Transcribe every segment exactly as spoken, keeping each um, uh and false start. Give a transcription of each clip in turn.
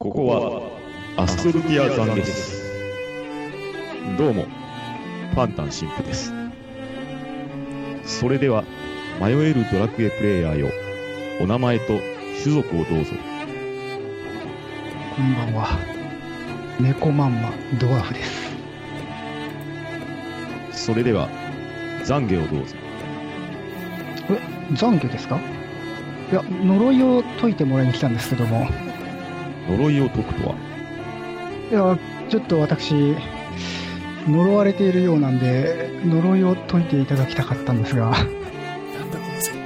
ここはアストルティア懺悔室。どうもパンタン神父です。それでは迷えるドラクエプレイヤーよ、お名前と種族をどうぞ。 こんばんは、猫まんまドワーフです。 それでは懺悔をどうぞ。 え、懺悔ですか？いや、呪いを解いてもらいに来たんですけども。 呪いを解くとは？ いや、ちょっと私呪われているようなんで呪いを解いていただきたかったんですが。 なんだこの設定。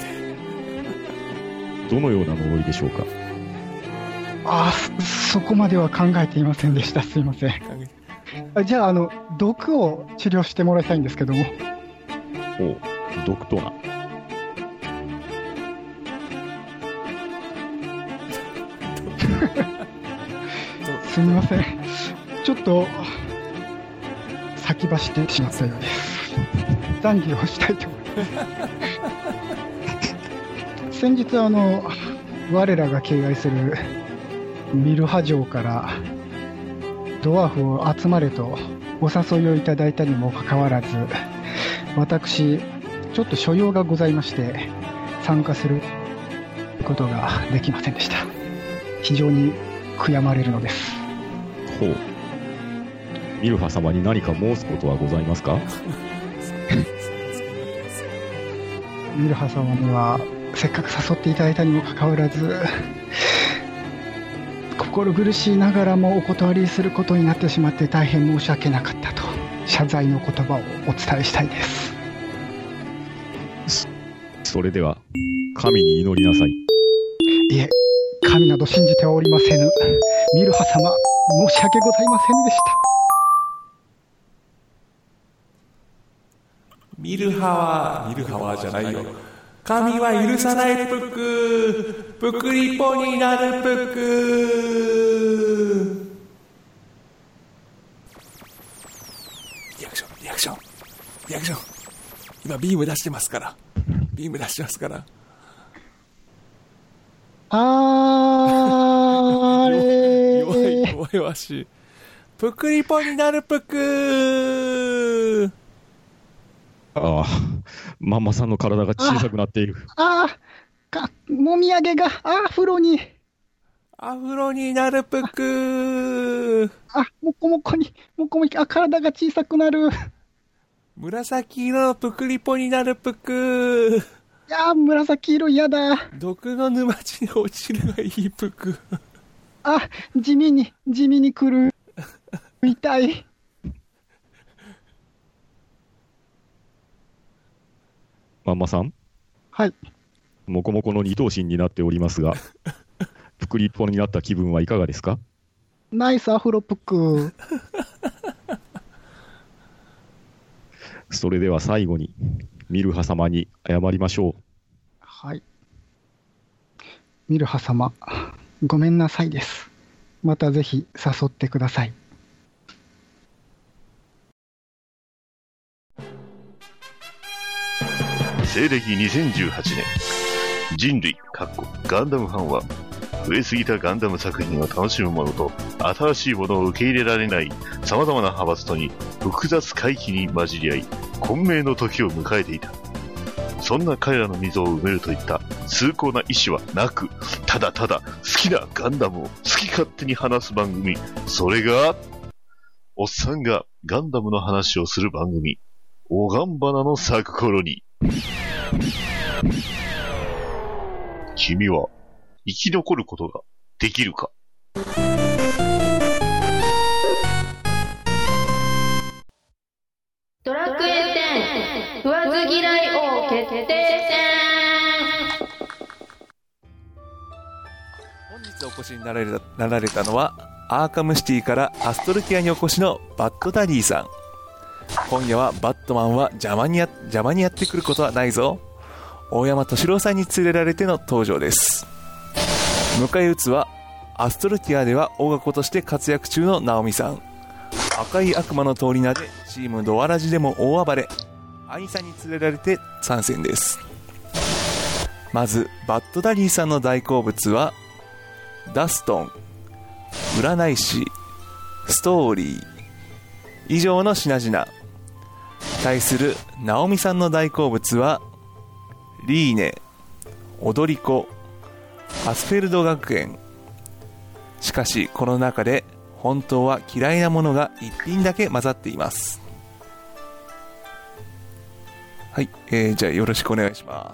どのような呪いでしょうか？ ああ、そこまでは考えていませんでした。すいません。じゃあ、あの毒を治療してもらいたいんですけども。 おう、毒とな。 すみません、ちょっと先走ってしまったようです。懺悔をしたいと思います。先日あの我らが敬愛するミルハ城からドワーフを集まれとお誘いをいただいたにもかかわらず、私ちょっと所用がございまして参加することができませんでした。非常に悔やまれるのです。 ほう。ミルハ様に何か申すことはございますか？ ミルハ様にはせっかく誘っていただいたにもかかわらず、心苦しいながらもお断りすることになってしまって大変申し訳なかったと謝罪の言葉をお伝えしたいです。 そ, それでは神に祈りなさい。 いえ、神など信じてはおりませぬ。ミルハ様、申し訳ございませんでした。 ミルハはミルハはじゃないよ。神は許さないプックプクリポになるプック。リアクションリアクションリアクション。今ビーム出してますからビーム出してますから。 あーれ弱い弱いわし。プクリポになるプック。 ああ、マンマさんの体が小さくなっている。 ああ、かもみあげがアフロにアフロになるプック。 あ、もこもこにもこもこ、あ、体が小さくなる。 紫色のプクリポになるプック。 いやー、紫色嫌だ。 毒の沼地に落ちるがいいプク。 あ、地味に地味に来る。痛い。 マンマさん、 はい、 モコモコの二頭身になっておりますがプクリポになった気分はいかがですか？ ナイスアフロプク。 それでは最後にミルハ様に謝りましょう。 はい、ミルハ様、ごめんなさいです。またぜひ誘ってください。 西暦にせんじゅうはちねん、人類ガンダムファンは増えすぎたガンダム作品を楽しむものと新しいものを受け入れられない様々な派閥とに複雑回帰に混じり合い混迷の時を迎えていた。そんな彼らの溝を埋めるといった崇高な意志はなく、ただただ好きなガンダムを好き勝手に話す番組、それがおっさんがガンダムの話をする番組、おがんばなの咲く頃に。君は生き残ることができるか？ ドラクエテン食わず嫌い王決定戦。 本日お越しになられた、なられたのはアーカムシティからアストルティアにお越しのバッドダディさん。今夜はバットマンは邪魔に や, 邪魔にやってくることはないぞ。大山敏郎さんに連れられての登場です。迎え撃つはアストルティアでは大箱として活躍中のナオミさん。赤い悪魔の通り名でチームドアラジでも大暴れ、アニさんに連れられて参戦です。まずバッドダディさんの大好物はダストン、 占い師、ストーリー、以上の品々。対するナオミさんの大好物は、リーネ、踊り子、アスフェルド学園。しかし、この中で本当は嫌いなものが一品だけ混ざっています。はい、えー、じゃあよろしくお願いします。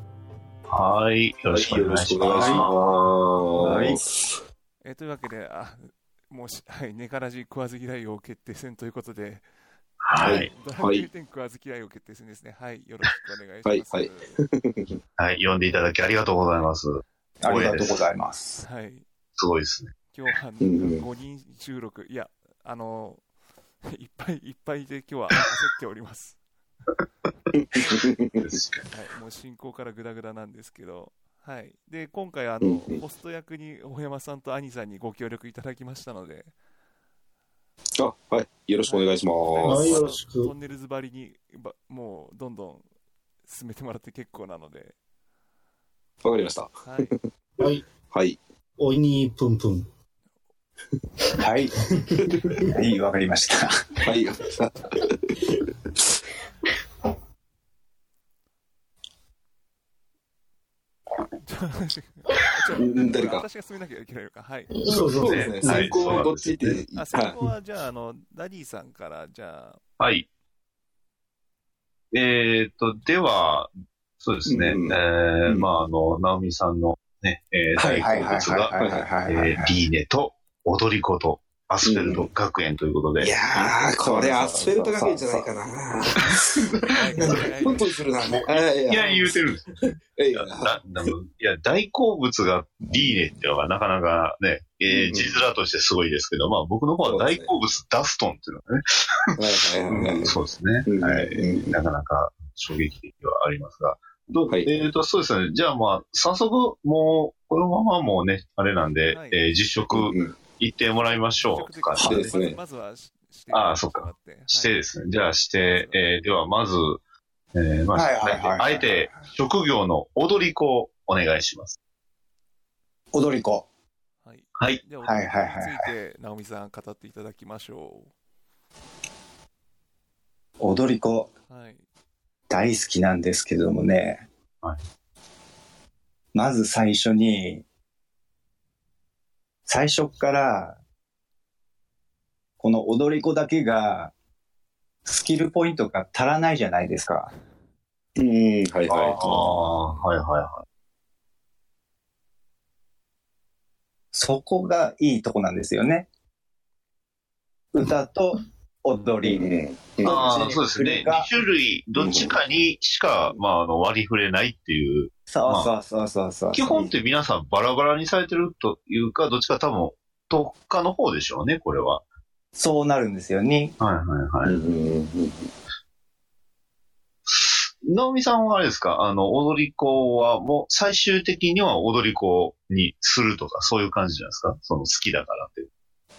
はい、よろしくお願いします。 はい。 えー、というわけで、あ、もうし、はい、ネカラジ食わず嫌いを決定戦ということで、 はい。 ドラクエテン食わず嫌いを決定戦ですね。はい、よろしくお願いします。 はい、 はい。はい、読んでいただきありがとうございます。 ありがとうございます。 はい。 すごいですね。 今日はごにん収録、いや、あの、いっぱいいっぱいで今日は焦っております。はい、もう進行からグダグダなんですけど、はい。で、今回、あの、ホスト役に大山さんと兄さんにご協力いただきましたので、 あ、はい。よろしくお願いします。 はい、 よろしく。 トンネルズばりに、もう、どんどん進めてもらって結構なので。 わかりました。 はい。 はい。 はい。 おいにぷんぷん。 はい。はい、わかりました。 はい、わかりました。誰か私が進めなきゃいけないのか。はい。 そうそうですね。先行はどっちって。 あ、先行はじゃあ、あの、ダディさんから、じゃあ。はい。えーと、では、そうですね。うん、えー、うん、まあ、あの、ナオミさんのね、えー、大好物が、リーネと踊り子とアスフェルト学園ということで。うん、いやー、これアスフェルト学園じゃないかな。本当にするな。いや、言うてるんです。いや、いや大好物がリーネっていうのがなかなかね、えー、字面としてすごいですけど、まあ僕の方は大好物ダストンっていうのがね。そうですね。はい。なかなか衝撃的ではありますが。はい、えっ、ー、と、そうですね。じゃあまあ、早速、もう、このままもうね、あれなんで、はい、えー、実食行ってもらいましょうか。 そうですね。 まずはして、 ああ、そっか。してですね。じゃあして、えー、ではまず、えー、まあ、はいはいはいはい、あえて、職業の踊り子をお願いします。 踊り子。 はい。 はい。 では、踊り子について、直美さん語っていただきましょう。踊り子。 はい。 大好きなんですけどもね、はい、まず最初に、最初から、この踊り子だけが、スキルポイントが足らないじゃないですか。 うん、はいはい。ああ、はいはいはい。 そこがいいとこなんですよね。歌と、踊り、 うん、ああ、そうですね。に種類、どっちかにしか、まあ、あの、割り振れないっていう。 そうそうそうそうそう、まあ。 基本って皆さんバラバラにされてるというか、どっちか多分、特化の方でしょうね、これは。 そうなるんですよね。 はいはいはい。直美さんはあれですか、あの、踊り子はもう最終的には踊り子にするとか、そういう感じじゃないですか、その好きだからっていう。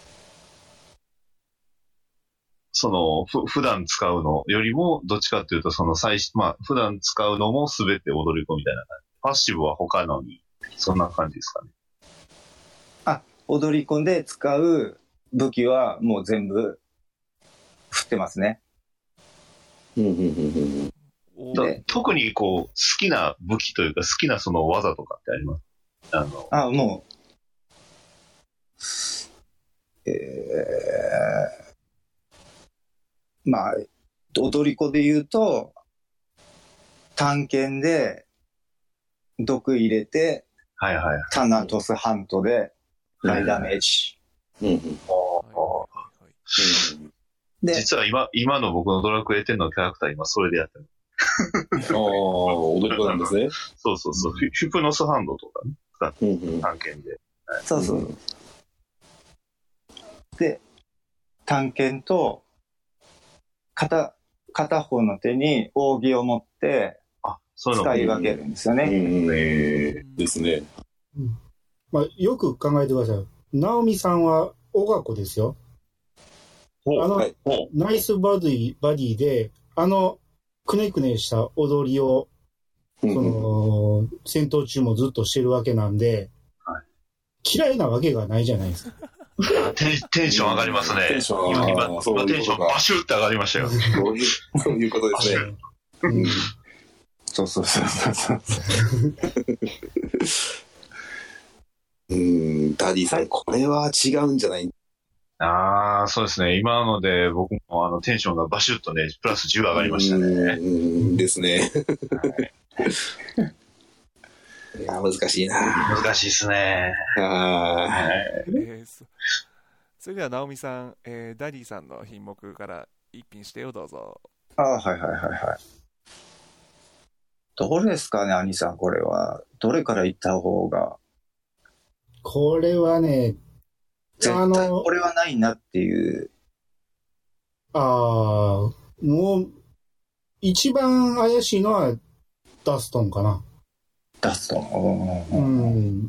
その、ふ、普段使うのよりも、どっちかっていうと、その最初、まあ、普段使うのもすべて踊り子みたいな感じ。パッシブは他のに、そんな感じですかね。 あ、踊り子で使う武器はもう全部振ってますね。 特にこう、好きな武器というか、好きなその技とかってあります？あの、 あ、もう、えー、まあ、踊り子で言うと、探検で毒入れて、 はいはいはい、 タナトスハントで大ダメージ。 実は今、今の僕のドラクエテンのキャラクター今それでやってる。 ああ、踊り子なんですね。 そうそうそう。ヒュプノスハンドとかね、使って探検で。 はい、そうそう。で、探検と、片、片方の手に扇を持って使い分けるんですよね。 えー、ですね。 うん、まあ、よく考えてください。直美さんはおがこですよ。あの、はい、ナイスバディ、バディで、あの、くねくねした踊りを、その、戦闘中もずっとしてるわけなんで、はい、嫌いなわけがないじゃないですか。 テンテンション上がりますね。 テンション今、 あーそういうことか今テンションバシュって上がりましたよ。 そういう、そういうことですね。うん、 そうそうそうそうそう。 うーん、ダディさん、これは違うんじゃない？ ああ、そうですね。今ので僕もあのテンションがバシュッとね、プラスじゅう上がりましたね。 うんですね。いや、難しいな。 難しいですね。 はい。 えーそそれでは直美さん、えーダディさんの品目から一品してをどうぞ。 ああ、はいはいはいはい。どれですかね、兄さん、これは。どれから言った方が。 これはね、 絶対これはないなっていう。 ああ、もう、一番怪しいのはダストンかな。 ダストン。 うん。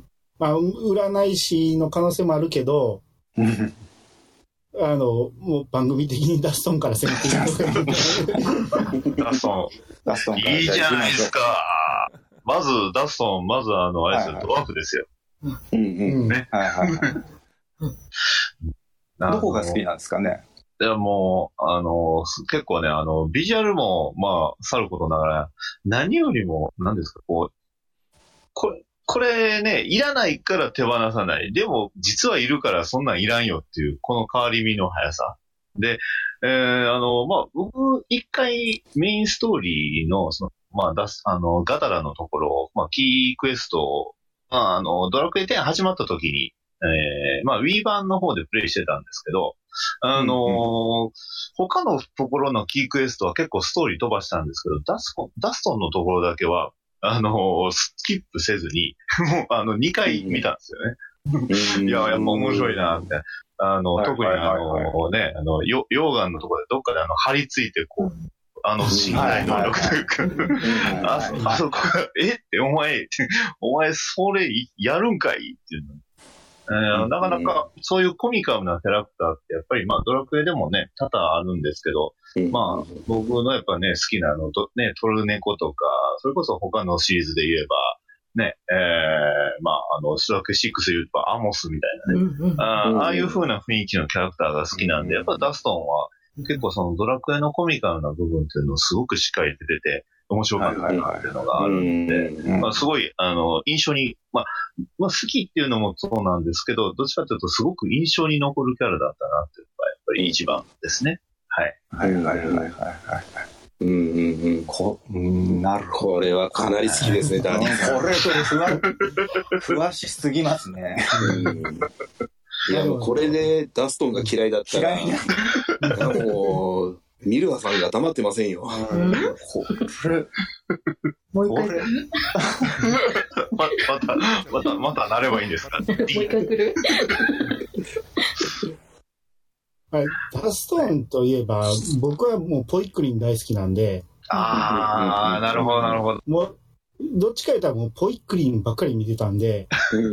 まあ、占い師の可能性もあるけど、あの、もう番組的にダストンから攻めていくとか。 ダストン。 ダストンから。 いいじゃないですか。まず、ダストン、まずあの、あれですよ、はいはい、ドワーフですよ。 うんうん。 ね。 はいはいはい。どこが好きなんですかね。 いや、もう、あの、結構ね、あの、ビジュアルも、まあ、さることながら、何よりも、何ですか、こう、これ、これね、いらないから手放さない。でも、実はいるからそんなんいらんよっていう、この変わり身の速さ。で、えー、あの、まあ、僕、一回メインストーリーの、その、まあ、出す、あの、ガタラのところ、まあ、キークエストを、まあ、あの、ドラクエテン始まった時に、えー、まあ、Wii 版の方でプレイしてたんですけど、あのーうんうん、他のところのキークエストは結構ストーリー飛ばしたんですけど、ダスコ、ダストンのところだけは、あのー、スキップせずに、もう、あの、にかい見たんですよね。うん、いや、やっぱ面白いな、って。あの、特にあの、ね、あの、溶岩のところでどっかであの、張り付いて、こう、あの、身体能力というか、あ、あそこが、えって、お前、お前、それ、やるんかいっていうの。えー、なかなかそういうコミカルなキャラクターってやっぱりまあドラクエでもね多々あるんですけど、まあ僕のやっぱね好きなのとねトルネコとかそれこそ他のシリーズで言えばねえー、まああのスラクシックスで言えばアモスみたいなね、うんうん、あ, ああいう風な雰囲気のキャラクターが好きなんでやっぱダストンは結構そのドラクエのコミカルな部分っていうのをすごくしっかり出てて面白かったなっていうのがあるんで、まあ、すごい、あの、印象に、まあ、まあ、好きっていうのもそうなんですけど、どっちかというとすごく印象に残るキャラだったなっていうのが、やっぱり一番ですね。はい。 はいはいはいはいはい。 うんうんうん。こ、うん、なるほど。これはかなり好きですね、ダニーさん。 これ、それ、ふわ、ふわしすぎますね。 うんいや、もうこれでダストンが嫌いだったら、嫌いなもう、ミルハさんが黙ってませんよ。うん、これ、 もう一回来るままた、また、またなればいいんですかもう一回来るはい、ダストーンといえば、僕はもうポイックリン大好きなんで。 ああ、なるほど、なるほど。 もうどっちか言ったらもうポイックリンばっかり見てたんで。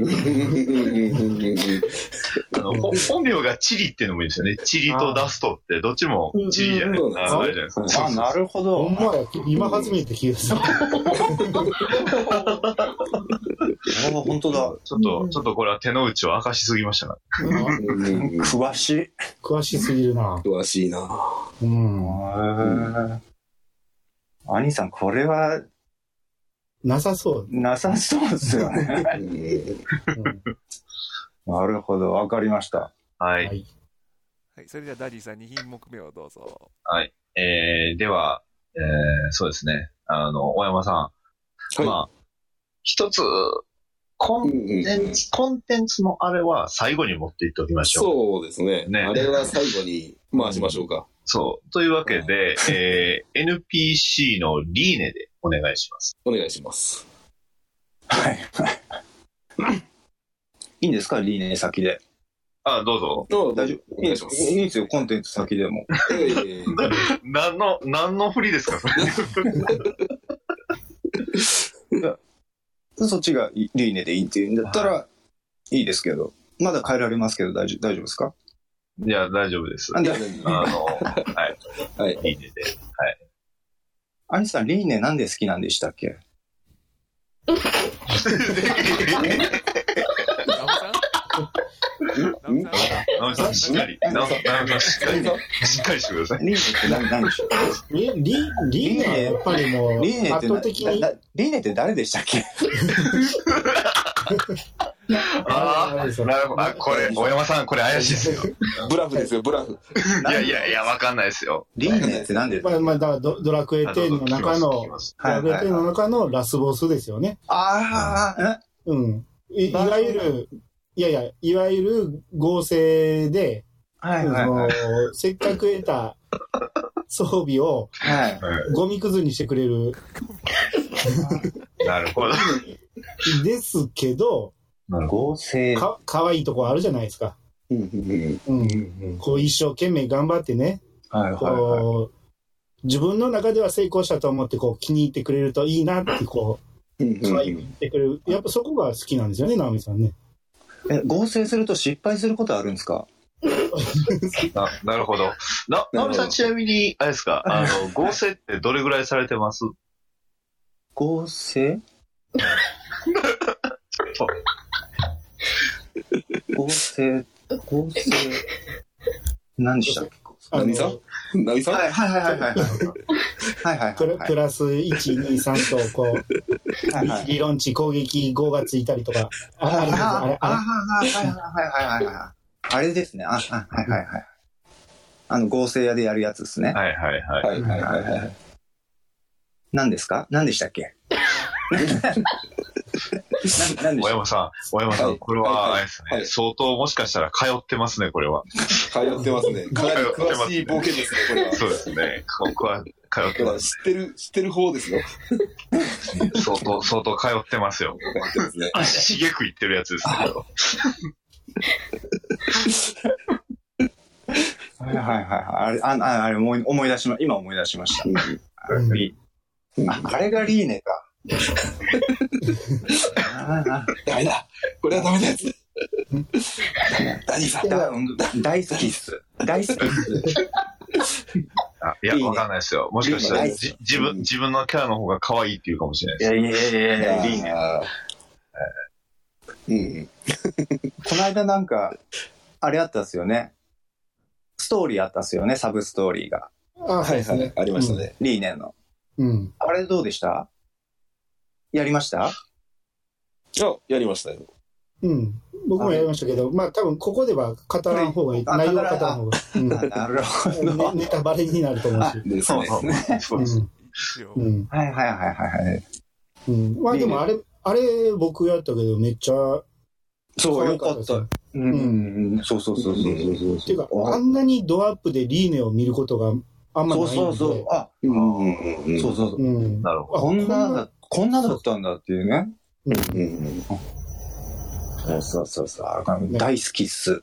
あの本名がチリっていうのもいいですよね。チリとダストってどっちもチリじゃないですか。 あ、なるほど。 ほんまや、今初めて聞いた。 あ、本当だ。 ちょっと、ちょっとこれは手の内を明かしすぎましたな。 詳しい。 詳しすぎるな。 詳しいな。 うん。 兄さん、これは、 なさそう。 なさそうですよね。なるほど、わかりました。 はい。 はい。それではダディさんに品目目をどうぞ。 はい。えー、では、えー、そうですね。あの、大山さん。はい、まあ、一つ、コンテンツ、コンテンツのあれは最後に持っていっておきましょう。 そうですね。ね、あれは最後に回しましょうか。 そう。というわけで、えー、エヌピーシー のリーネでお願いします。 お願いします。 はい。いいんですか、リーネ先で。 あ、どうぞ。 大丈夫。お願いします。 いいですよ、コンテンツ先でも。 えー、 何の、何の振りですか、それ。そっちがリーネでいいっていうんだったら、いいですけど。まだ変えられますけど、大丈夫、大丈夫ですか？ いや、大丈夫です。あの、はい。はい。リーネで。はい。 アニさん、リーネなんで好きなんでしたっけ？ ナオミさん、しっかり。ナオミさん、しっかり。しっかりしてください。 リーネって何、何でしょうリ、リ、リーネはやっぱりもう、 リーネって圧倒的に。 リーネって誰でしたっけ？ ああ、なるほど。あ、これ、大山さん、これ怪しいですよ。 ブラフですよ、ブラフ。 いやいやいや、わかんないですよ。 リーネって何でまあ、まあ、だからド、ドラクエテンの中の、ドラクエテンの中のラスボスですよね。 ああ、 うん。い、いわゆる、いやいや、いわゆる合成で、 はいはいはい、 せっかく得た装備を、はい、ゴミくずにしてくれる。 なるほど。 ですけど、 合成か、かわいいとこあるじゃないですか。うん、こう一生懸命頑張ってね、はいはいはい、こう自分の中では成功したと思ってこう気に入ってくれるといいなってこう可愛く言ってくれる。やっぱそこが好きなんですよね、直美さんね。 え、合成すると失敗することあるんですか？ な, なるほど。な、直美さんちなみにあれですか、あの合成ってどれぐらいされてます？ 合成？合成、合成、何でしたっけ？ 何さん何さんはいはいはいはいはい。はいはいはい。 プラスいち、に、さんと、こう、はいはい、理論値攻撃ごがついたりとか。 ああ、あれ、あれ、はいはいはいはい。あれですね。あ、はいはいはい。あの、合成屋でやるやつですね。 はいはいはい。はいはいはいはい。 何ですか？何でしたっけ？ 小山さん、小山さん、これは、あれですね、相当もしかしたら通ってますね、これは。 通ってますね。かなり詳しい冒険ですね、これは。 そうですね。僕は通ってます。 知ってる、知ってる方ですよ。 相当、相当通ってますよ。 通ってますね。 足しげく言ってるやつですけど。 はいはいはい。あれ、ああれ思い、思い出しま、今思い出しました。あ, あれがリーネか。 ダメだ。これはダメなやつ。ダニーさん。大好きっす。大好きっす。 あいや、わかんないですよ。もしかしたらじ自分、自分のキャラの方が可愛いって言うかもしれないです。 いやいやいやいや、リーネ。うん、この間なんか、あれあったっすよね。ストーリーあったっすよね、サブストーリーが。 あ、はいはい、 ありましたね。 リーネの。 うん。 あれどうでした？やりました？ いや、やりましたよ。 うん。僕もやりましたけど、まあ多分ここでは語らん方がいい。内容は語らん方がいい。 なるほど、 ね。ネタバレになると思うし。 ですね。 そうです。 うん。はいはいはいはいはい。 うん。まあでもあれ、あれ僕やったけどめっちゃ、 そう、よかった。うん。そうそうそうそうそう。 っていうか、あんなにドアップでリーネを見ることがあんまないんで。 そうそうそう。あ、うん。そうそうそう。なるほど。こんな、こんなだったんだっていうね。うん。そうそうそうそう。大好きっす。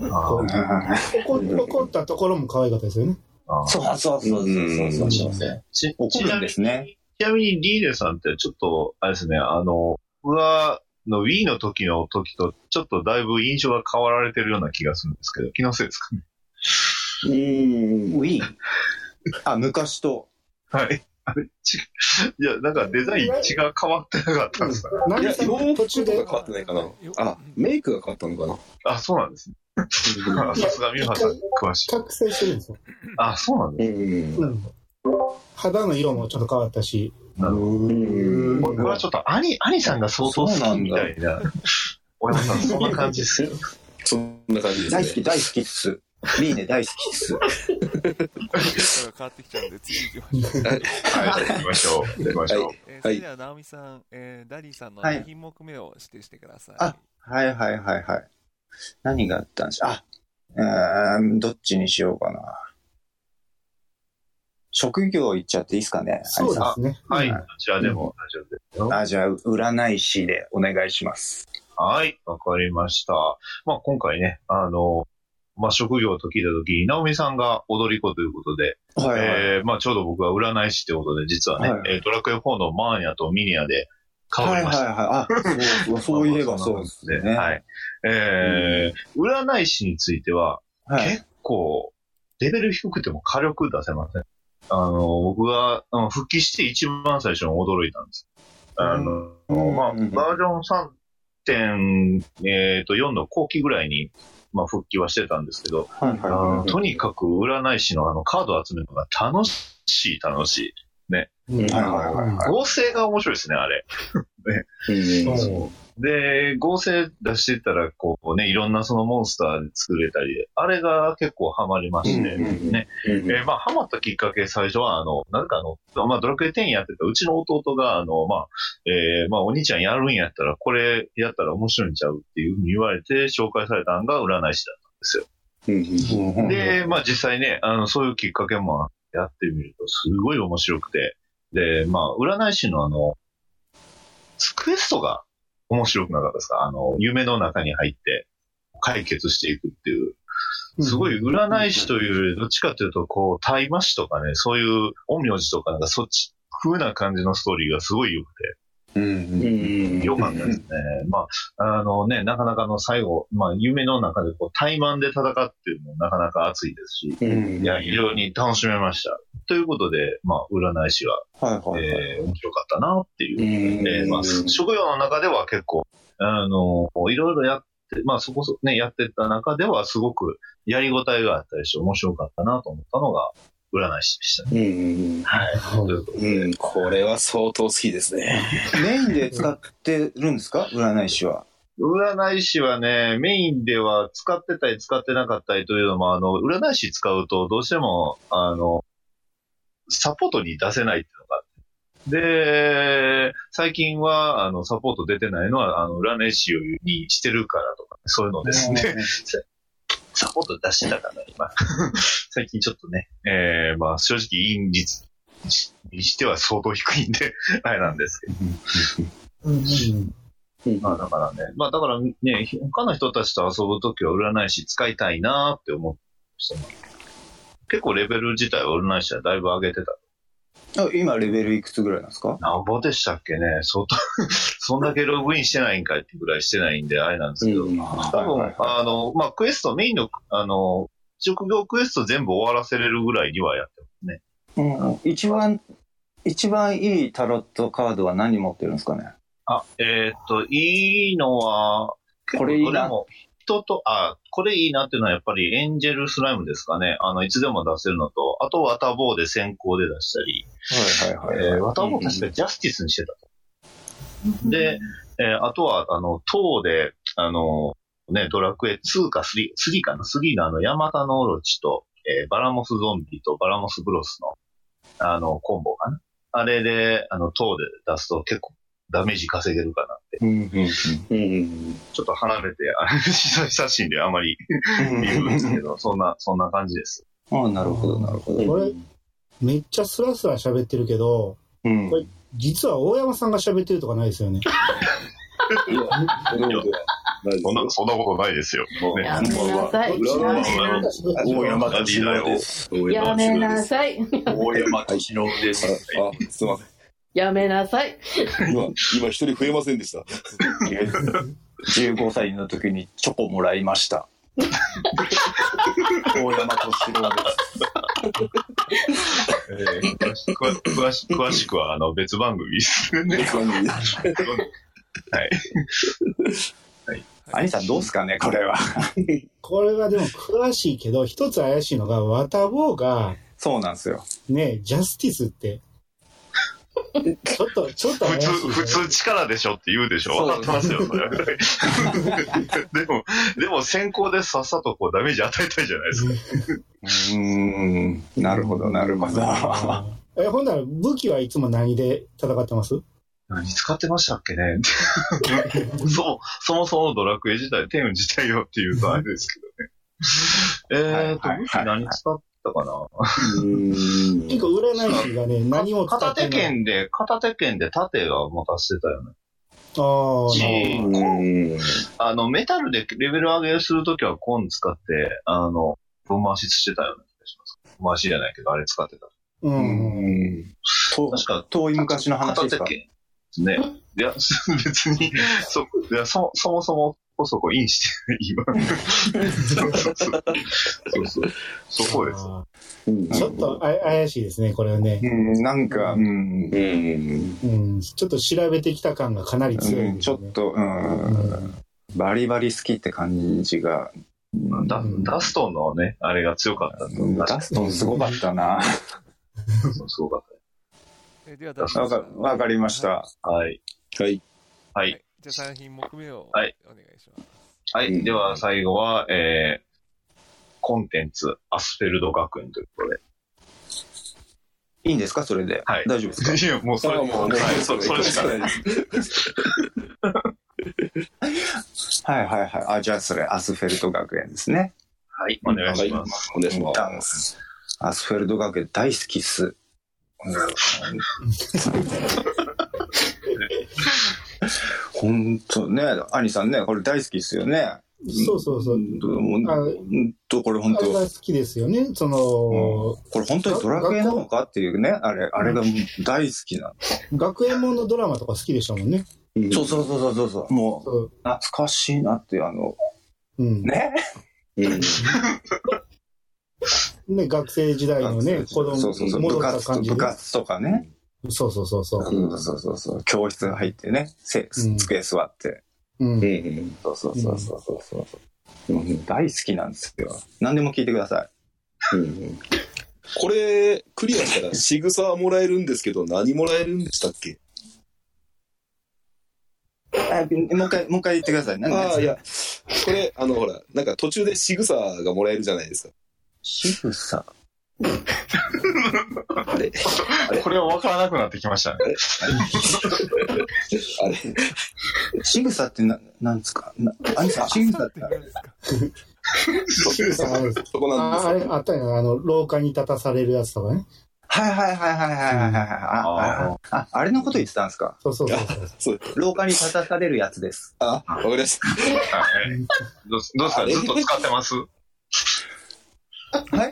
怒ったところも可愛かったですよね。 そうそうそうそうそう。怒るんですね。 ちなみにリーネさんってちょっと、あれですね、あの、僕は、の Wii の時の時とちょっとだいぶ印象が変わられてるような気がするんですけど、気のせいですかね。 うーん、Wii？ あ、昔と。 はい。あれ、ち、いや、なんかデザイン違う変わってなかったんですかね。 いや、途中で変わってないかな。あ、メイクが変わったのかな。 あ、そうなんですね。さすがミュハさん詳しい。 覚醒してるんですよ。 あ、そうなんですね。 うん。肌の色もちょっと変わったし。 なるほど。僕はちょっとアニ、アニさんが相当好きみたいな。小山さん、そんな感じですよ。 そんな感じですね。 大好き、大好きっす。リーネ大好きっす。 変わってきちゃうんで、次行きましょう。 はい、行きましょう。行きましょう。 えー、それでは、直美さん、えー、ダリーさんのに品目目を指定してください。 あ、はいはいはいはい。何があったんでしょう。あ、えー、どっちにしようかな。職業言っちゃっていいですかね。 そうですね。 はい。こちらでも大丈夫ですよ。 あ、じゃあ、占い師でお願いします。 はい。わかりました。まあ、今回ね、あの、まあ、職業と聞いたとき、直美さんが踊り子ということで、はいはい、えー、まあ、ちょうど僕は占い師ということで、実はね、はいはい、ドラクエフォーのマーニャとミニアで被りました。 はいはいはい。あ、そう、そういえばそうですね。 はい。えー、占い師については、はい、結構、レベル低くても火力出せません。あの、僕が、あの復帰して一番最初に驚いたんです。あの、うん、まあ、バージョン さんてんよん の後期ぐらいに、 まあ、復帰はしてたんですけど、 はいはいはいあのとにかく占い師のあのカードを集めるのが楽しい、楽しい。ね。 うんはいはいはいはい合成が面白いですね、あれ。ね、そうで、合成出していったら、こうね、いろんなそのモンスターで作れたり、あれが結構ハマりまして、ね。えーまあ、ハマったきっかけ、最初は、あの、なんかあの、まあ、ドラクエテンやってたうちの弟が、あの、まあ、えーまあ、お兄ちゃんやるんやったら、これやったら面白いんちゃうっていうふうに言われて、紹介されたのが占い師だったんですよ。で、まあ、実際ね、あの、そういうきっかけもやってみると、すごい面白くて、で、まあ、占い師のあの、クエストが面白くなかったですか？あの、夢の中に入って解決していくっていう。すごい占い師というより、どっちかというと、こう、大麻師とかね、そういう陰陽師とかなんかそっち風な感じのストーリーがすごい良くて。うん。良かったですね。まあ、あのね、なかなかの最後、まあ、夢の中でこう、対マンで戦っていうのもなかなか熱いですし、いや、非常に楽しめました。ということで、まあ、占い師は、はいはいはいえー、面白かったなっていう。えー、まあ、職業の中では結構、あの、いろいろやって、まあ、そこそね、やってた中ではすごくやりごたえがあったりして面白かったなと思ったのが、占い師でしたね。うんうん、はい。ということで、 うん。これは相当好きですね。 メインで使ってるんですか？占い師は。 占い師はね、メインでは使ってたり使ってなかったりというのも、あの、占い師使うとどうしても、あの、サポートに出せないっていうのがあって。で、最近は、あの、サポート出てないのは、あの、占い師にしてるからとか、そういうのですね。サポート出してたかな、今。最近ちょっとね、えー、まあ正直、因率にしては相当低いんで、あれなんですけど。うんうん、まあだからね、まあだからね、他の人たちと遊ぶときは占い師使いたいなーって思ってました。結構レベル自体は占い師はだいぶ上げてた。 あ、今レベルいくつぐらいなんですか？ 何ぼでしたっけね、相当そんだけログインしてないんかいってぐらいしてないんで、あれなんですけど、うん、多分、はいはいはい、あの、まあ、クエスト、メインの、あの、職業クエスト全部終わらせれるぐらいにはやってますね。 うん、一番、一番いいタロットカードは何持ってるんですかね？ あ、えー、っと、いいのは、 これいいな。 人と、あ、これいいなっていうのはやっぱりエンジェルスライムですかね。あの、いつでも出せるのと、あとワタボーで先行で出したり。はいはいはい、はい。えー、ワタボー確かジャスティスにしてた。うん、で、えー、あとは、あの、塔で、あの、ね、ドラクエツーかスリー、スリーかな ?スリー のあの、ヤマタノオロチと、えー、バラモスゾンビとバラモスブロスの、あの、コンボかな。あれで、あの、塔で出すと結構ダメージ稼げるかなって。うんうんうん、ちょっと離れて、久しいんであまり言うんですけど、そんな、そんな感じです。 ああ、なるほど、なるほど。 これ、めっちゃスラスラ喋ってるけど、うん、これ、実は大山さんが喋ってるとかないですよね。 いや、そんな、そんなことないですよ。 ね、やめなさい。 大山敏郎です。 やめなさい。 大山敏郎です。 あ、すいません。 やめなさい。 今、今一人増えませんでした。 じゅうごさいの時にチョコもらいました。大山敏郎です。 えー、詳, 詳, し詳しくはあの別番組ですね。別番組。はい。 はい。兄さんどうすかねこれは。 これはでも詳しいけど一つ怪しいのがワタボーがそうなんですよ。 ねジャスティスって。ちょっと、ちょっと怪しい、ね。 普通、普通力でしょって言うでしょ。分かってますよ、それは。でも、でも先行でさっさとこうダメージ与えたいじゃないですか。 うーん、なるほど、なるほど。 え、ほんなら武器はいつも何で戦ってます？ 何使ってましたっけねそ, そもそもドラクエ自体、天運自体よっていうとあれですけどね。えーと、武器何使ってかな結構占い師がね、何を使って片手剣で、片手剣で盾は持たせてたよね。ああ。あの、メタルでレベル上げするときはコン使って、あの、分回ししてたような気がします。分回しじゃないけど、あれ使ってた。うん。確か、 遠い昔の話ですか？ 片手剣ですね。いや、別に、そ、いや、そ、そもそも、こそこインして今そうそうそうそうそこです、 うん、ちょっとあ怪しいですねこれはね、 うん、なんか、うんうんうん、ちょっと調べてきた感がかなり強い、ねうん、ちょっと、うんうん、バリバリ好きって感じがダ, ダストンのね、あれが強かったと思う。 ダストンすごかったな。 すごかった。 えではダストン。わか、わかりました。 はい。 はい。 はい。 じゃあさん品目目をお願いします。 はい。はい、では最後は、えー、コンテンツ、アスフェルド学園ということで。 いいんですかそれで。 はい。 大丈夫ですかいや、もうそれ、もう、はい、そ, それしかないです。 はいはいはい。あ、じゃあそれ、アスフェルト学園ですね。 はい、お願いします。 お願いします。 アスフェルト学園大好きっす。ほんとね、兄さんね、これ大好きっすよね。 そうそうそう。 とこれ本当。 あれが好きですよね。その、うん、 これ本当にドラクエなのかっていうね、あれ、あれが大好きなの。学園ものドラマとか好きでしたもんね。 そうそうそうそうそう。もう、懐かしいなっていう、あの、うん、ね。 ね、学生時代のね、子供そうそうそう戻った感じ。 部活とかね。 そうそうそうそう。 そうそうそう。教室入ってね、机座って。うん。そうそうそうそうそう。うん、大好きなんですよ。何でも聞いてください。うん、 これ、クリアしたら仕草はもらえるんですけど、何もらえるんでしたっけ？ あ、もう一回、もう一回言ってください。何ああ、いや、これ、あの、ほら、なんか途中で仕草がもらえるじゃないですか。 仕草あれあれこれは分からなくなってきましたね。 あれ仕草ってな、なんですかな、あれさ、仕草って何ですかそこなんですあれ、あったよ、あの、廊下に立たされるやつとかね。 はいはいはいはいはいはいはい。ああ、あれのこと言ってたんですか？ そうそうそうそう。 廊下に立たされるやつです。 あ、わかりました。 どうどうですか？ずっと使ってます？ はい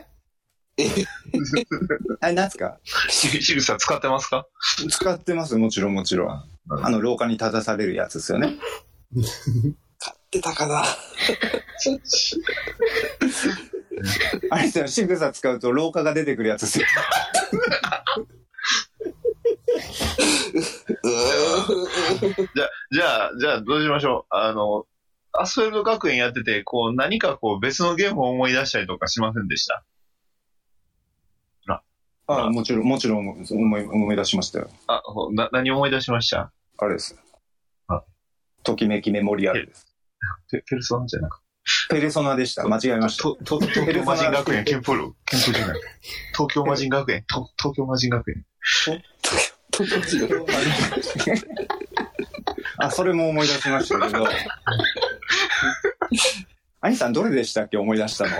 あれ、なんすか？ しぐさ使ってますか？ 使ってます、もちろんもちろん。あの、廊下に立たされるやつですよね。 買ってたかなあれですよ、仕草使うと廊下が出てくるやつですよ。 じゃあ、じゃあ、じゃあ、どうしましょう。あの、アスフェルト学園やってて、こう、何かこう、別のゲームを思い出したりとかしませんでした？ ああ、もちろん、もちろん思い、思い出しましたよ。 あ、な、何思い出しました？ あれです。あ、ときめきメモリアルです。 ペ、ペルソナじゃなくて。ペルソナでした。間違えました。 と、と、東京魔人学園、ケンポル、ケンポルじゃない。東京魔人学園、と、東京魔人学園。 東京魔人学園。 あ、それも思い出しましたけど。兄さんどれでしたっけ？思い出したの。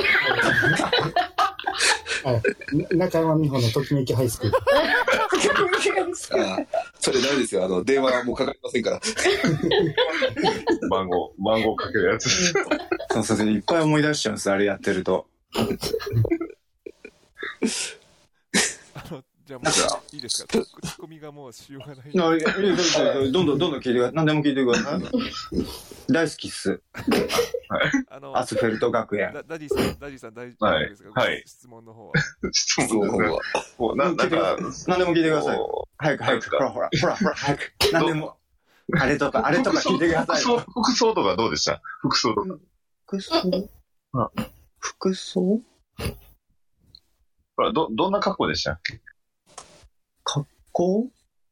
中山美穂のときめきハイスクール。 ああ、それダメですよ。あの、電話もうかかりませんから。 番号、番号かけるやつ。 そうそうそう、いっぱい思い出しちゃうんです、あれやってると。 あの、じゃあもういいですか？ツッコミがもうしようがない。 いやいやどんどんどんどん聞いてください。何でも聞いてください。大好きっす。あのアスフェルト学園。 ダディさん、ダディさん大丈夫ですか？ はい。 質問の方は。 質問の方は。もうな、なんか、 何でも聞いてください。早く早く。ほらほら、ほらほら、早く。何でも。あれとか、あれとか聞いてください。 服装、服装とかどうでした？服装とか。 服装服装ほら、ど、どんな格好でしたっけ？ 格好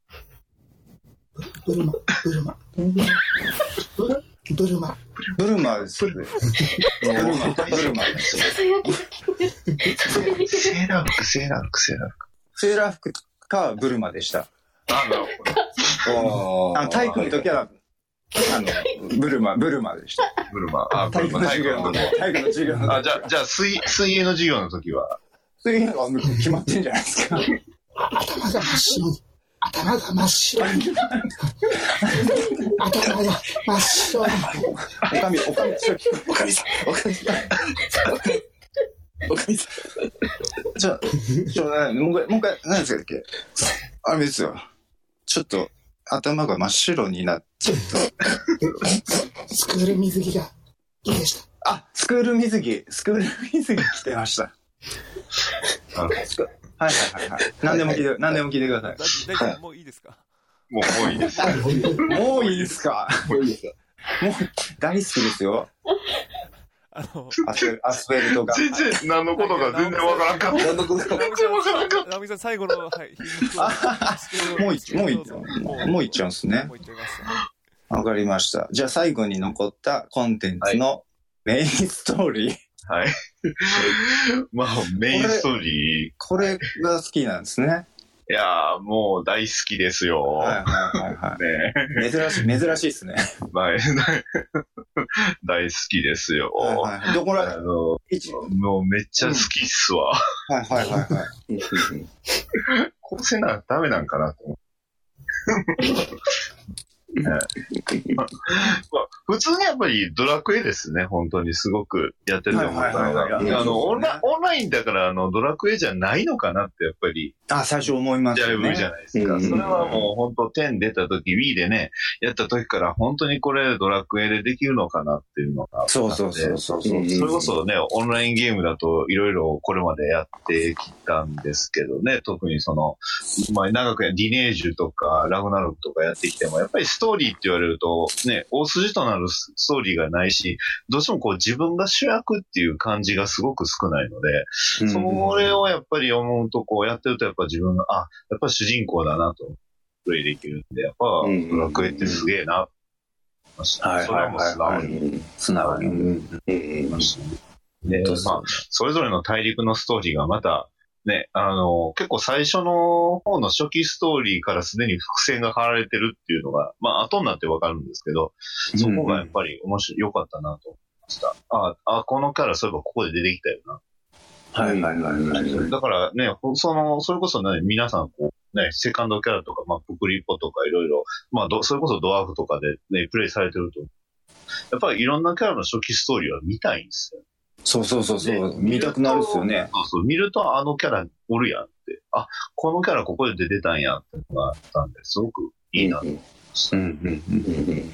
ブルマ、ブルマ。ブルマ。 ブルマです。ブルマ、ブルマです。 セーラー服、セーラー服、セーラー服。 セーラー服かブルマでした。 あ、なるほど。 あの、体育の時は、あの、ブルマ、ブルマでした。 ブルマ、あ、ブルマ。 体育の授業の。 あ、じゃあ、じゃあ、水、水泳の授業の時は水泳は決まってんじゃないですか。 頭が真っ白に。頭が真っ白に。頭が真っ白に。 おかみ、おかみ、 おかみさん、おかみさん。おかみさん。 じゃあ、ちょ、もう一回、もう一回、何ですかっけ？あれですよ。ちょっと、頭が真っ白になっちゃった。 スクール水着がいいでした。 あ、スクール水着、スクール水着着てました。はいはいはいはい。何でも聞いて、はい、何でも聞いてください。 大丈夫、もういいですか？ もう、もういいです。 もういいですか？ もういいですか？ もう大好きですよ。 あの、 アスアスフェルトが。 全然、何のことか全然わからんかった。 何のことか全然わからんかった。 直美さん最後の、はい、 もうい、もうい、もういっちゃうんですね。 もういっちゃいます。 わかりました。じゃあ最後に残ったコンテンツのメインストーリー。 はい。まあ、メインストーリー。 これが好きなんですね。 いやー、もう大好きですよ。 はいはいはいはい。ね、珍しい、珍しいですね。 はい。大好きですよ。 はいはい。どこら、 あの、もうめっちゃ好きっすわ。 うん、はいはいはいはい。 こうせなダメなんかなと思って。まあ、普通にやっぱりドラクエですね、本当にすごくやってると思ったのが、あの、オンラ、オンラインだからあのドラクエじゃないのかなってやっぱり。 あ、最初思いましたね。 じゃじゃないですか。それはもう本当テン出た時、Wii でね、やった時から本当にこれドラクエでできるのかなっていうのが。 そうそうそうそうそう。 それこそね、オンラインゲームだといろいろこれまでやってきたんですけどね、特にその、まあ長くやディネージュとかラグナロクとかやってきても、やっぱりストーリーって言われると、ね、大筋となるストーリーがないし、どうしてもこう自分が主役っていう感じがすごく少ないので、うん、それをやっぱり思うと、こうやってるとやっぱ自分が、あ、やっぱり主人公だなと、プレイできるんで、やっぱドラクエってすげえな、うん、それはもう素直に。 素直に。うん。 で、まあ、それぞれの大陸のストーリーがまた、ね、あの、結構最初の方の初期ストーリーからすでに伏線が張られてるっていうのが、まあ後になってわかるんですけど、そこがやっぱり面白い、良かったなと思いました。ああ、このキャラそういえばここで出てきたよな。 はいはいはいはい。 だからね、その、それこそね、皆さんこう、ね、セカンドキャラとか、まあ、プクリポとかいろいろ、まあど、それこそドワーフとかでね、プレイされてると、やっぱりいろんなキャラの初期ストーリーは見たいんですよ。 そうそうそうそう、見たくなるっすよね。 そうそう、見るとあのキャラおるやんって、あ、このキャラここで出てたんやってのがあったんで、すごくいいなと思いました。うんうんうんうん。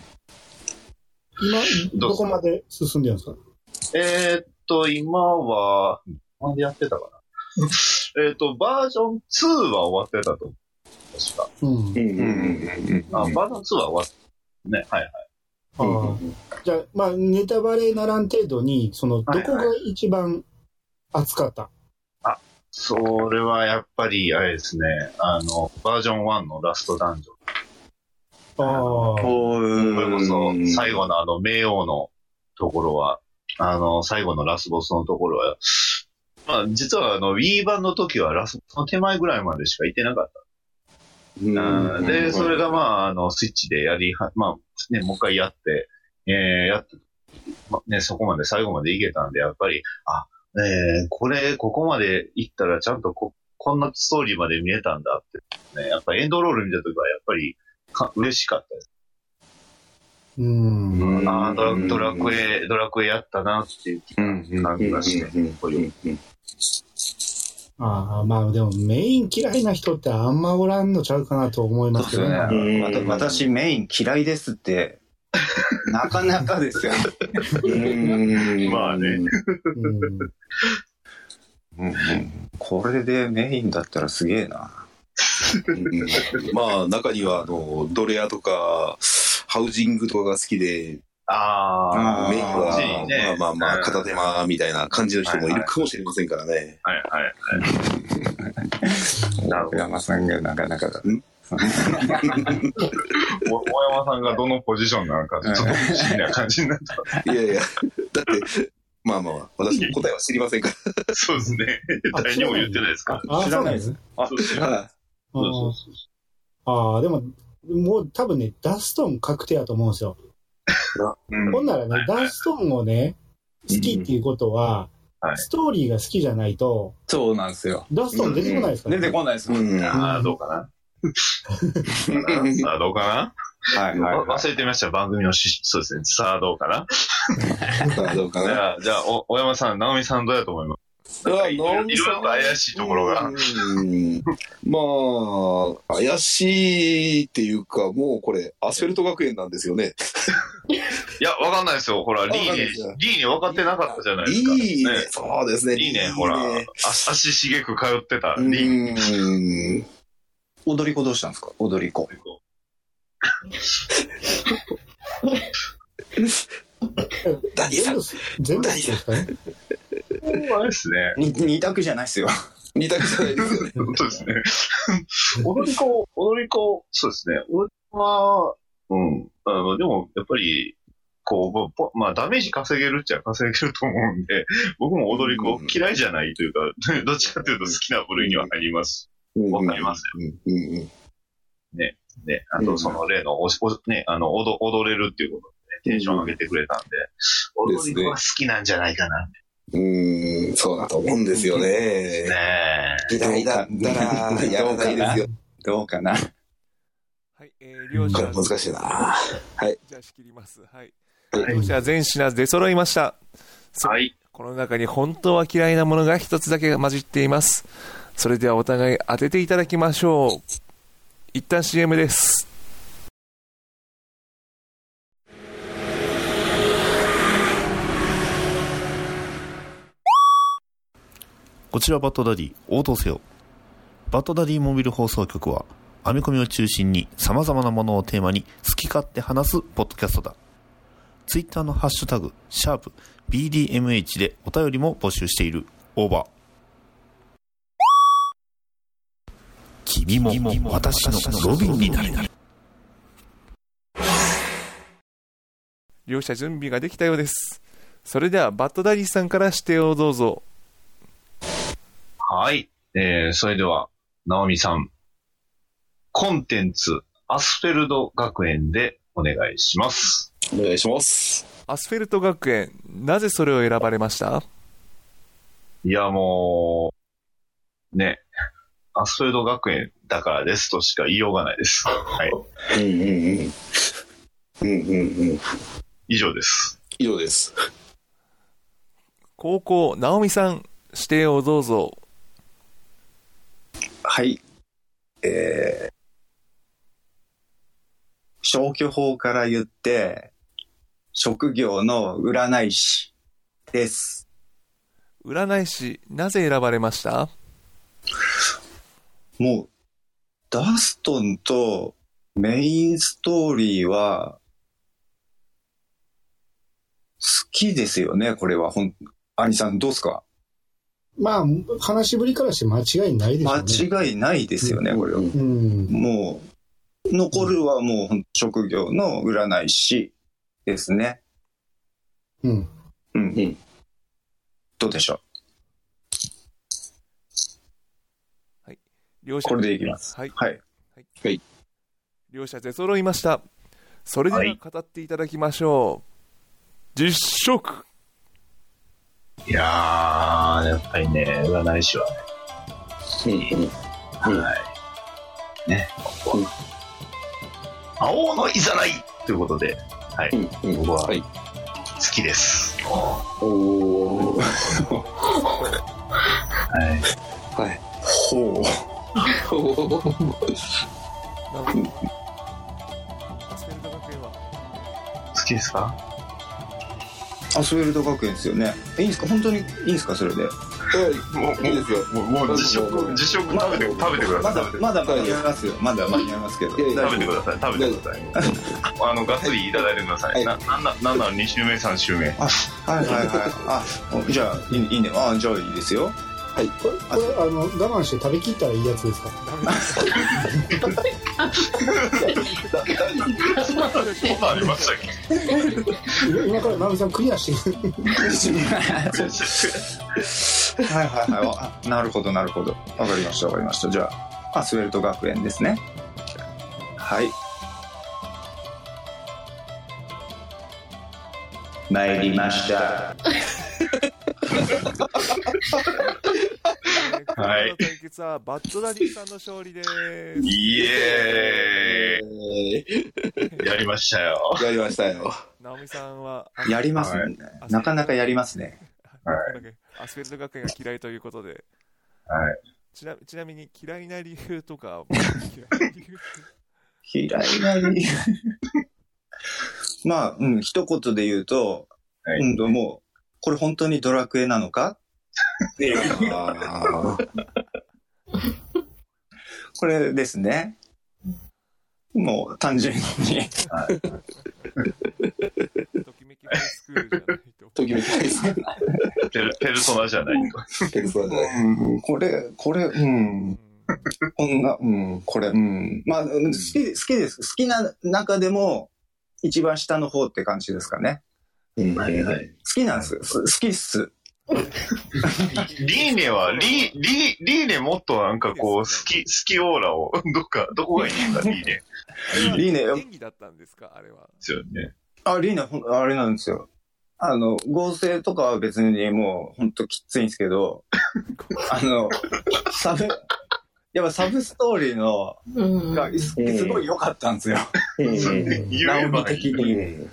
今、どこまで進んでるんですか？ えー、っと、今は、何でやってたかなえーっと、バージョンツーは終わってたと思う。確か。うんうんうんうん。あ、バージョンツーは終わってね、はいはい。 ああ、じゃあ、まあ、ネタバレならん程度に、その、どこが一番熱かった？ はいはい、あ、それはやっぱり、あれですね、あの、バージョンワンのラストダンジョン。ああ。それこそ、最後のあの、冥王のところは、あの、最後のラスボスのところは、まあ、実はあの、Wii 版の時はラスボスの手前ぐらいまでしか行ってなかった。うん、で、それがまあ、あの、スイッチでやりは、まあ、ね、もう一回やって、えー、やって、まあ、ね、そこまで最後までいけたんで、やっぱり、あ、えー、これ、ここまで行ったらちゃんとこ、こんなストーリーまで見えたんだって、ね、やっぱエンドロール見たときはやっぱりか、嬉しかったです。うーん。あドラ、ドラクエ、ドラクエやったなっていう感じがして、こういう。 ああ、まあでもメイン嫌いな人ってあんまおらんのちゃうかなと思いますけどね。 そうですね。私メイン嫌いですって、なかなかですよ。 うんまあね。 うんうん、これでメインだったらすげえな。 まあ中にはあのドレアとかハウジングとかが好きで、 あメインは、ね、まあまあまあ片手間みたいな感じの人もいるかもしれませんからね。 はいはいはい。 なるほど。山さんがなかなかだ。 大山さんがどのポジションなのかちょっと不思議な感じになった。 いやいや、だってまあまあ私も答えは知りませんから。 そうですね。誰にも言ってないですか。 あ、そうなんです。 あ、そうですね。 ああ、でももう多分ねダストン確定やと思うんですよ。うん、ほんならね、はいはい、ダストンをね好きっていうことは、うんはい、ストーリーが好きじゃないとそうなんですよ。 ダストン出てこないですから、ね、 出てこないですもん、 うん、ああどうかなさあどうかなはいはい、はい、忘れてました番組のしそうですねさあどうかなさあどうかなじゃあ、じゃあお大山さん直美さんどうやと思います？いろいろ怪しいところが。 まあ、怪しいっていうか、もうこれ、アスフェルト学園なんですよね。 いや、わかんないですよ。ほら、リーに、リーに分かってなかったじゃないですか。 いいね。そうですね。 いいね、ほら、足しげく通ってたリー。 踊り子どうしたんですか？踊り子。 ダディさん。 全部ですかね。 あれですね。 に二択じゃないですよ。 二択じゃないですよね。 そうですね。踊り子、踊り子、そうですね。踊り子は、うん。あの、でも、やっぱり、こう、まあ、ダメージ稼げるっちゃ稼げると思うんで、僕も踊り子嫌いじゃないというか、どっちかというと好きな部類には入ります。わかりますよ。ね。ね。あと、その例の、おし、おね、あの、踊、踊れるっていうことで、ね、テンション上げてくれたんで、踊り子は好きなんじゃないかなって。 うーん、そうだと思うんですよね。 ねえ。嫌いだったら、やらないですよ。 どうかな。 はい、えー、両者。 難しいな。はい。 じゃあ仕切ります。はい。両者全品出揃いました。 はい。 この中に本当は嫌いなものが一つだけ混じっています。それではお互い当てていただきましょう。一旦 シーエム です。 こちらバッドダディ応答せよ。バッドダディモビル放送局は編み込みを中心に様々なものをテーマに好き勝手話すポッドキャストだ。ツイッターのハッシュタグシャープ ビーディーエムエイチ でお便りも募集している。オーバー。君も私のロビンになれ。 両者準備ができたようです。それではバッドダディさんから指定をどうぞ。 はい。えー、それでは、ナオミさん、コンテンツ、アスフェルド学園でお願いします。 お願いします。 アスフェルト学園、なぜそれを選ばれました？ いや、もう、ね、アスフェルト学園だからですとしか言いようがないです。はい。 うんうんうん。うんうんうん。 以上です。 以上です。 高校、ナオミさん、指定をどうぞ。 はい。えー、消去法から言って、職業の占い師です。 占い師、なぜ選ばれました？ もう、ダストンとメインストーリーは、好きですよね、これは。ほん、兄さんどうですか？ まあ、話しぶりからして間違いないでしょうね。 間違いないですよね、これは。 うん、 もう、残るはもう職業の占い師ですね。 うん。 うん。うん。どうでしょう。 はい。両者これでいきます。 はい。 はい。 はい。 両者出揃いました。それでは語っていただきましょう。はい、実食。 いやー、やっぱりね、占い師はね。うん。はい。ね。うん、青のいざないということで、はい。うん、僕は、はい、好きです。おー。はい。 はい。ほう。 好きですか？ アスフェルト学園ですよね。いいんですか？本当にいいんですか？それで。 もういいですよ。 もうもう自食自食食べて食べてください。 まだまだ間に合いますよ。まだ間に合いますけど。 食べてください。食べてください。あのがっつりいただいてください。ななんだなんだに週目さん週目。 あはいはいはい。あじゃあいいね。あじゃあいいですよ。 はい。これこれあの我慢して食べきったらいいやつですか？ そんなありましたっけ？ 今からナミさんクリアしてる。 はいはいはい。なるほどなるほど。わかりましたわかりました。じゃあアスフェルト学園ですね。はい。参りました。 はい。対決はバッドダディさんの勝利です。 イエーイ。やりましたよ。 やりましたよ。 ナオミさんはやりますね。なかなかやりますね。 はい。アスフェルト学園が嫌いということで。 はい。 ちなちなみに嫌いな理由とか嫌いな理由まあ、うん、一言で言うと、はい、うん、もうこれ本当にドラクエなのかこれですね。もう単純にスクールじゃないと。 ときめきハイスクール。 ペル、ペルソナじゃないと。 ペルソナじゃない。 うん、これ、これ、うん。こんな、うん、これ、うん。まあ、好き、好きです。好きな中でも、一番下の方って感じですかね。 うん、はいはい。 好きなんです。好きっす。 リーネは、リー、リー、リーネもっとなんかこう、好き、好きオーラを、どっか、どこがいいんだ、リーネ。 リーネ、 演技だったんですか、あれは。 ですよね。 あ、リーネ、あれなんですよ。あの、合成とかは別にもう、ほんときついんですけど、あの、サブ、やっぱサブストーリーの、が、すごい良かったんですよ。ナオミ的に。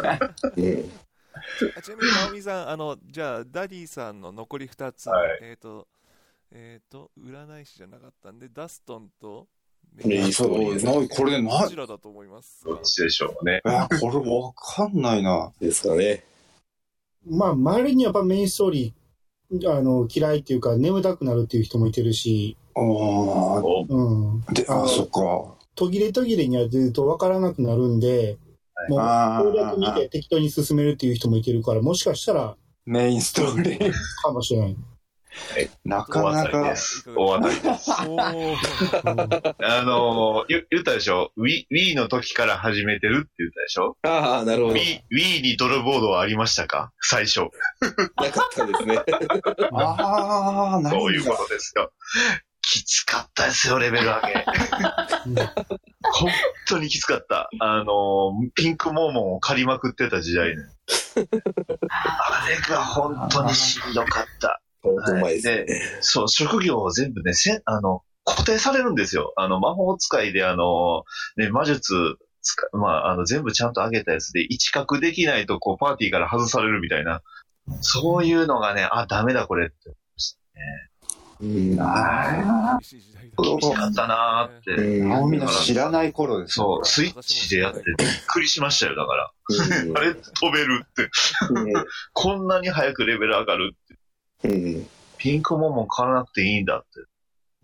ちなみに、ナオミさん、あの、じゃあ、ダディさんの残りふたつ、はい、えっ、ー、と、えっ、ー、と、占い師じゃなかったんで、ダストンと、 ね、そう、な、これな、 どちらだと思います？ どっちでしょうね。 あ、これわかんないな。 ですかね。 まあ、周りにやっぱメインストーリー、あの、嫌いっていうか、眠たくなるっていう人もいてるし、 ああ、 うん。 で、あ、そっか。 途切れ途切れにやってると分からなくなるんで、もう、攻略見て適当に進めるっていう人もいてるから、もしかしたら、 メインストーリーかもしれない。 なかなか。 大当たりです。あの、言ったでしょ Wii, Wii の時から始めてるって言ったでしょああ、なるほど。 Wii, Wii にドルボードはありましたか最初。 なかったですね。 ああ、なるほど。 そういうことですよ。きつかったですよ、レベル上げ。本当にきつかった。あの、ピンクモーモンを借りまくってた時代ね。あれが本当にしんどかった。 本当うまいですね。 で、そう、職業を全部ね、せあの、固定されるんですよ。あの、魔法使いで、あの、ね、魔術使、まあ、あの、全部ちゃんと上げたやつで、一角できないと、こう、パーティーから外されるみたいな、そういうのがね、あ、ダメだ、これって思いましたね。 うん、ああ、 厳しかったなーって。 ナオミの知らない頃です、 ね。そう、スイッチでやってびっくりしましたよ、だから。あれ、飛べるって。こんなに早くレベル上がるって。ピンクモーモン買わなくていいんだって。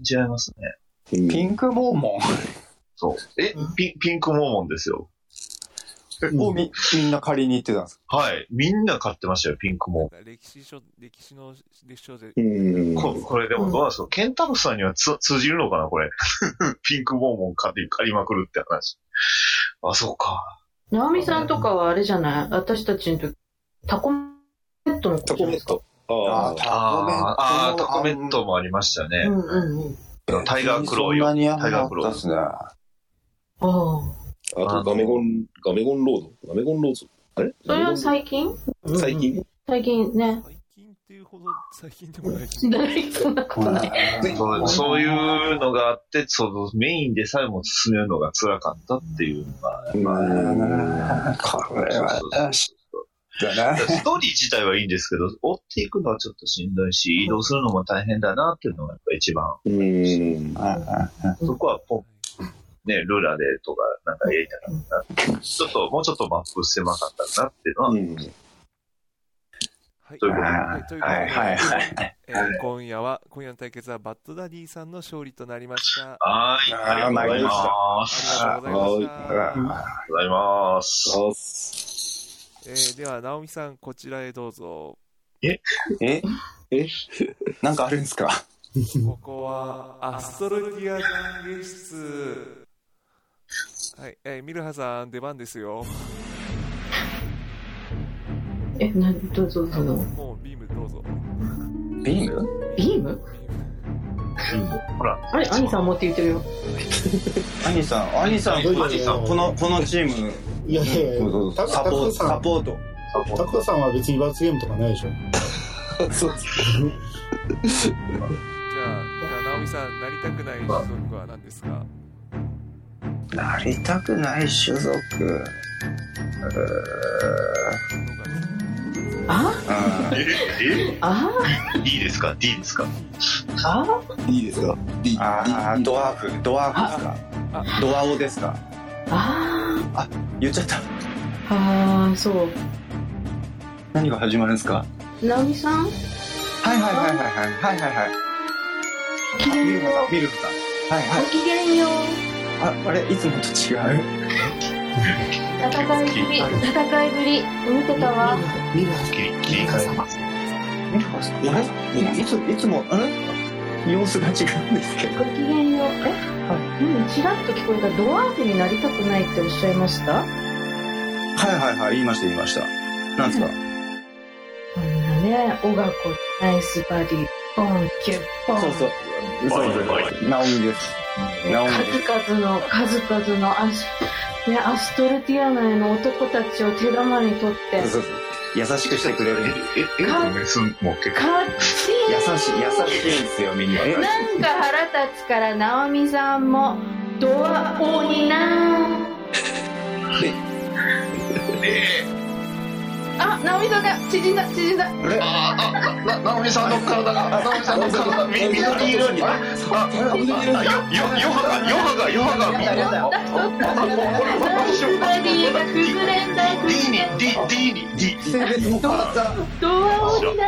違いますね。ピンクモーモンそう。え、ピ、ピンクモーモンですよ。 もうみ、みんな借りに行ってたんですか？はい。みんな買ってましたよ、ピンクモーモン。 歴史書、歴史の、歴史書で。 こ, これでもどうなんですか、うん、ケンタロスさんにはつ通じるのかなこれ。ピンクモーモン買って借りまくるって話。あ、そうか。 ナオミさんとかはあれじゃない？私たちの時、タコメットのタコメット。 ああ、タコメット。ああ、タコメットもありましたね。 うんうんうん。 タイガークローよ。タイガークローですね。ああ。 あと、ガメゴン、ガメゴンロードガメゴンローズあれそれは最近最近最近ね。 最近っていうほど最近でもない。 そんなことない。 そう、そういうのがあって、そのメインでさえも進めるのが辛かったっていうのが。 まあ、これは、 だな。ストーリー自体はいいんですけど、追っていくのはちょっとしんどいし、移動するのも大変だなっていうのがやっぱ一番。 うん。 そこはポン。ね、ルーラーでとか、なんかやりたかった。ちょっと、もうちょっとマップ狭かったなっていうのは、うん、 はい。ということで、はい、ということで、はいはいはいえー、今夜は、今夜の対決はバッドダディさんの勝利となりました。 はい、ありがとうございます。 ありがとうございました。ありがとうございます。 えー、では、ナオミさん、こちらへどうぞ。 えええなんかあるんですかここは、アストルティア会議室。はい、えー、ミルハさん、出番ですよ。 え、な、どうぞどうぞ。 もう、ビームどうぞ。 ビームビームほら。 あれ、アニさん持って言ってるよ。 アニさん、アニさん、アニさん、この、このチーム、 いやいやいや、 サポート、サポート。 タクトさんは別に罰ゲームとかないでしょ。 そうです。 じゃあ、じゃあ、ナオミさん、なりたくない種族は何ですか？ なりたくない種族。 あえあいいですか ?D ですかあいいですか ?D。 ああ、ドワーフ、ドワーフですかドワオですかああ、言っちゃった。 ああ、そう。 何が始まるんですかナオミさんはいはいはいはいはいはいはいはい。 きげんよう。 ミルフさん、ミルフさん。はいはい。 ごきげんよう。 あ、あれ、いつもと違う戦いぶり、戦いぶり、見てたわ。 切り、切り替えます。 ミルハさん、あれいつ、いつも、あれ様子が違うんですけど。 ごきげんよう。えはい。うん、ちらっと聞こえた。ドワーフになりたくないっておっしゃいました？ はいはいはい、言いました言いました。なんですか？ こんなね、オガコ、ナイスバディ、ポン、キュッ、ポン。 そうそう。そうです。ナオミです。ナオミです。 数々の、数々のアス、ね、アストルティア内の男たちを手玉に取って。 そうそうそう。優しくしてくれる。 え、え、え、メスも結構。 かっちー優しい、優しいんですよ、みんな。 なんか腹立つから、ナオミさんも、ドア王になあ、ナオミさんが縮んだ、縮んだ。 ああ、な、ナオミさんの体が、ナオミさんの体、み、緑色に。あ、あ、あ、よ、よ、ヨハが、ヨハが、ヨハが、みんな。 ナイスバディが崩れんだ、 D に、D、D に、D。 ドア王になった。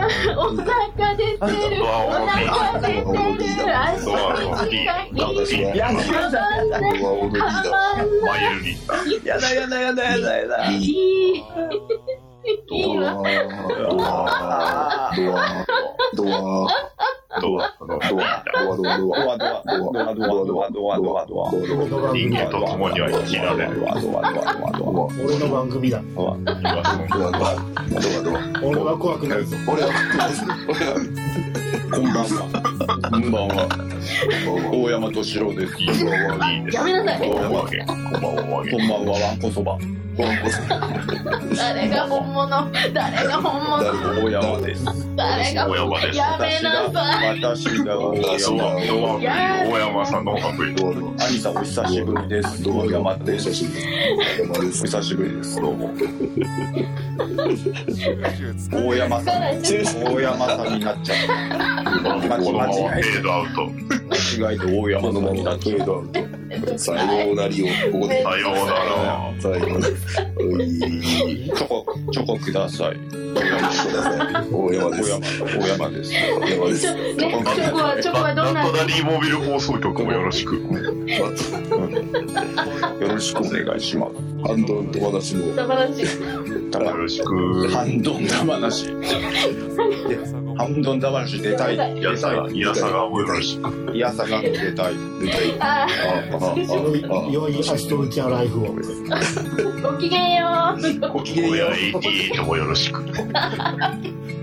お腹出てる。お腹出てる。足がいい。やだやだやだ。 マイルに。 やだやだやだやだやだ。 いい。 ドア、ドア、ドア、ドア、ドア、ドア、ドア、ドア、ドア、ドア、ドア、ドア、ドア、ドア、ドア、ドア、 人間と共には生きられる。 俺の番組だ。 ドア、ドア、ドア、ドア、 俺は怖くないぞ。 俺は怖いぞ。俺は。こんばんは。こんばんは。大山敏郎です。 やめなさい。 こんばんは。こんばんは。わんこそば。 誰が本物？誰が本物？ 大山です。 誰が本物？やめなさい。 私が大山。 大山さんのカフェ。 兄さんお久しぶりです。大山です。お久しぶりです。どうも。大山さん。大山さんになっちゃった。間違えフェードアウト。 間違えて大山のままになっちゃった。さようなりをここで。 さようなら。 さようなら。チョコ、チョコください。大山です。大山です。大山です。 チョコは、チョコはどんな？ バッドダディモビル放送局もよろしく。 よろしくお願いします。ハンドン玉出しの。 玉出し。 よろしく。 ハンドン玉出し。ハンドン玉出し出たい。 いやさが、いやさがもよろしく。 いやさが出たい。出たい。 ああ、良いアストルティアライフを。 ごきげんよう。 ごきげんよう。 エイティエイトもよろしく。